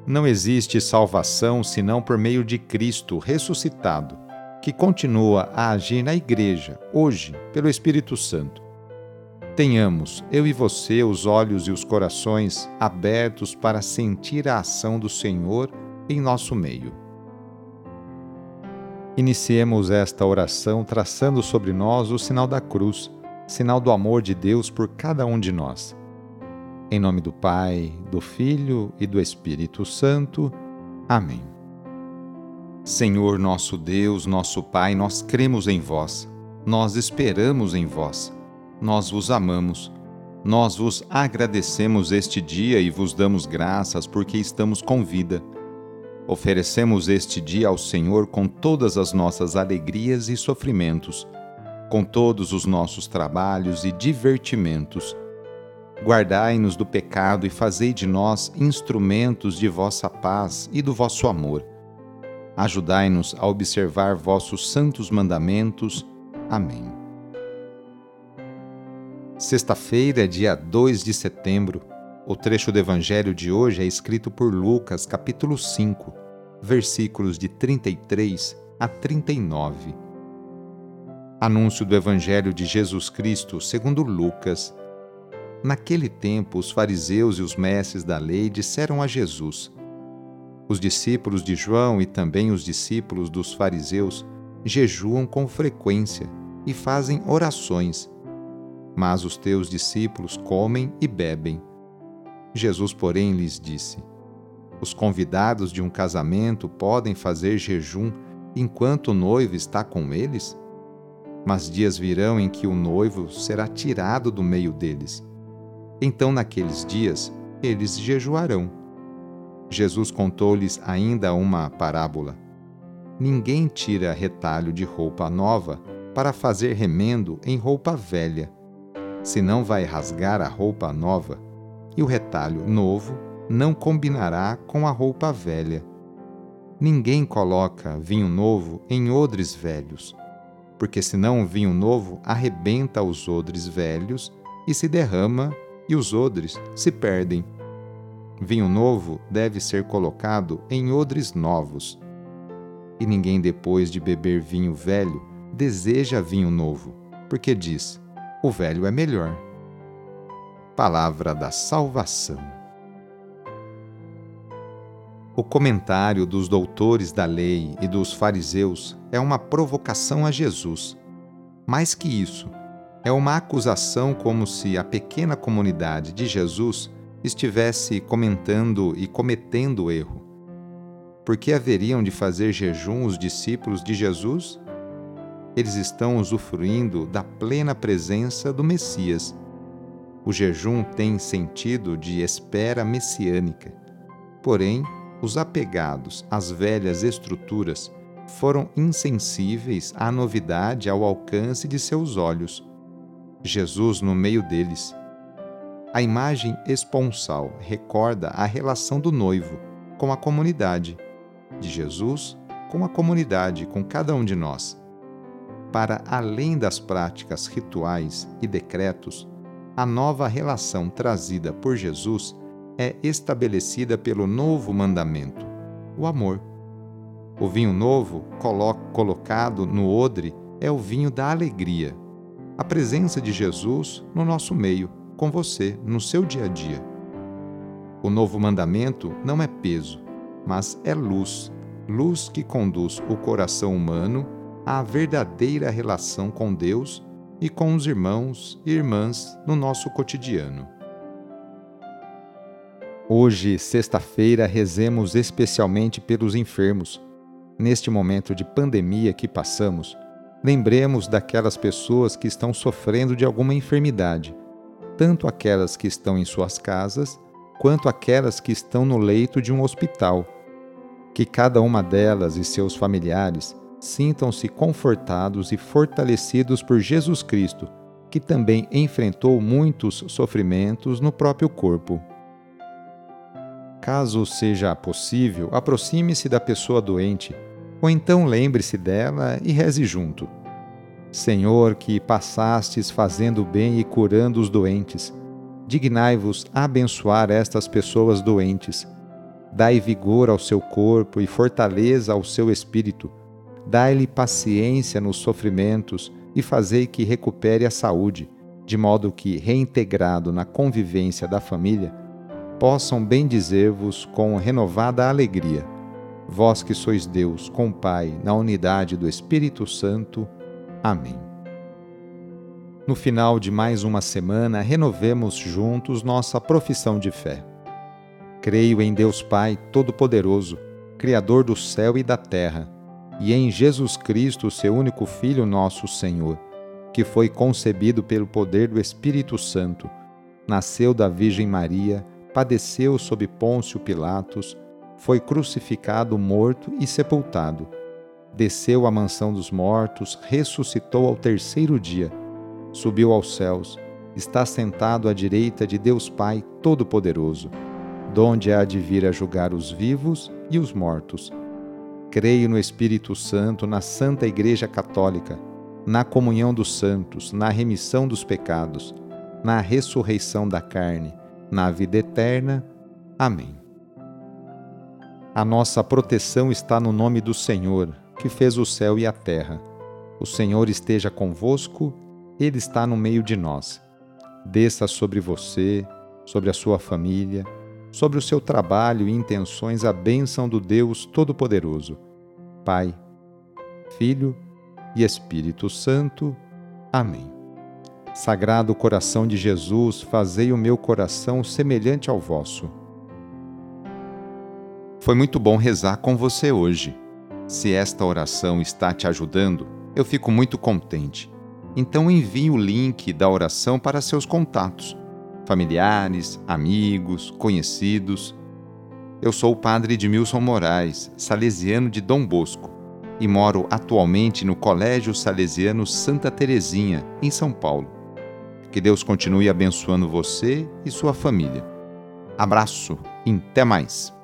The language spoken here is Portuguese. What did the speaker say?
Não existe salvação senão por meio de Cristo ressuscitado, que continua a agir na Igreja, hoje, pelo Espírito Santo. Tenhamos, eu e você, os olhos e os corações abertos para sentir a ação do Senhor em nosso meio. Iniciemos esta oração traçando sobre nós o sinal da cruz, sinal do amor de Deus por cada um de nós. Em nome do Pai, do Filho e do Espírito Santo. Amém. Senhor nosso Deus, nosso Pai, nós cremos em vós, nós esperamos em vós, nós vos amamos, nós vos agradecemos este dia e vos damos graças porque estamos com vida. Oferecemos este dia ao Senhor com todas as nossas alegrias e sofrimentos, com todos os nossos trabalhos e divertimentos. Guardai-nos do pecado e fazei de nós instrumentos de vossa paz e do vosso amor. Ajudai-nos a observar vossos santos mandamentos. Amém. Sexta-feira, dia 2 de setembro. O trecho do Evangelho de hoje é escrito por Lucas, capítulo 5, versículos de 33 a 39. Anúncio do Evangelho de Jesus Cristo segundo Lucas. Naquele tempo, os fariseus e os mestres da lei disseram a Jesus: os discípulos de João e também os discípulos dos fariseus jejuam com frequência e fazem orações, mas os teus discípulos comem e bebem. Jesus, porém, lhes disse: os convidados de um casamento podem fazer jejum enquanto o noivo está com eles? Mas dias virão em que o noivo será tirado do meio deles. Então, naqueles dias, eles jejuarão. Jesus contou-lhes ainda uma parábola. Ninguém tira retalho de roupa nova para fazer remendo em roupa velha. Senão vai rasgar a roupa nova, e o retalho novo não combinará com a roupa velha. Ninguém coloca vinho novo em odres velhos, porque senão o vinho novo arrebenta os odres velhos e se derrama, e os odres se perdem. Vinho novo deve ser colocado em odres novos. E ninguém, depois de beber vinho velho, deseja vinho novo, porque diz: o velho é melhor. Palavra da salvação. O comentário dos doutores da lei e dos fariseus é uma provocação a Jesus. Mais que isso, é uma acusação, como se a pequena comunidade de Jesus estivesse comentando e cometendo erro. Por que haveriam de fazer jejum os discípulos de Jesus? Eles estão usufruindo da plena presença do Messias. O jejum tem sentido de espera messiânica. Porém, os apegados às velhas estruturas foram insensíveis à novidade ao alcance de seus olhos. Jesus no meio deles. A imagem esponsal recorda a relação do noivo com a comunidade, de Jesus com a comunidade, com cada um de nós. Para além das práticas rituais e decretos, a nova relação trazida por Jesus é estabelecida pelo novo mandamento, o amor. O vinho novo colocado no odre é o vinho da alegria, a presença de Jesus no nosso meio, com você, no seu dia a dia. O novo mandamento não é peso, mas é luz, luz que conduz o coração humano à verdadeira relação com Deus e com os irmãos e irmãs no nosso cotidiano. Hoje, sexta-feira, rezemos especialmente pelos enfermos. Neste momento de pandemia que passamos, lembremos daquelas pessoas que estão sofrendo de alguma enfermidade, tanto aquelas que estão em suas casas, quanto aquelas que estão no leito de um hospital. Que cada uma delas e seus familiares sintam-se confortados e fortalecidos por Jesus Cristo, que também enfrentou muitos sofrimentos no próprio corpo. Caso seja possível, aproxime-se da pessoa doente, ou então lembre-se dela e reze junto. Senhor, que passastes fazendo bem e curando os doentes, dignai-vos a abençoar estas pessoas doentes. Dai vigor ao seu corpo e fortaleza ao seu espírito. Dai-lhe paciência nos sofrimentos e fazei que recupere a saúde, de modo que, reintegrado na convivência da família, possam bendizer-vos com renovada alegria. Vós que sois Deus, com o Pai, na unidade do Espírito Santo. Amém. No final de mais uma semana, renovemos juntos nossa profissão de fé. Creio em Deus Pai Todo-Poderoso, Criador do céu e da terra, e em Jesus Cristo, seu único Filho, nosso Senhor, que foi concebido pelo poder do Espírito Santo, nasceu da Virgem Maria, padeceu sob Pôncio Pilatos, foi crucificado, morto e sepultado. Desceu à mansão dos mortos, ressuscitou ao terceiro dia, subiu aos céus, está sentado à direita de Deus Pai Todo-Poderoso, donde há de vir a julgar os vivos e os mortos. Creio no Espírito Santo, na Santa Igreja Católica, na comunhão dos santos, na remissão dos pecados, na ressurreição da carne, na vida eterna. Amém. A nossa proteção está no nome do Senhor, que fez o céu e a terra. O Senhor esteja convosco, Ele está no meio de nós. Desça sobre você, sobre a sua família, sobre o seu trabalho e intenções a bênção do Deus Todo-Poderoso, Pai, Filho e Espírito Santo. Amém. Sagrado coração de Jesus, fazei o meu coração semelhante ao vosso. Foi muito bom rezar com você hoje. Se esta oração está te ajudando, eu fico muito contente. Então envie o link da oração para seus contatos, familiares, amigos, conhecidos. Eu sou o padre Edmilson Moraes, salesiano de Dom Bosco, e moro atualmente no Colégio Salesiano Santa Terezinha, em São Paulo. Que Deus continue abençoando você e sua família. Abraço e até mais!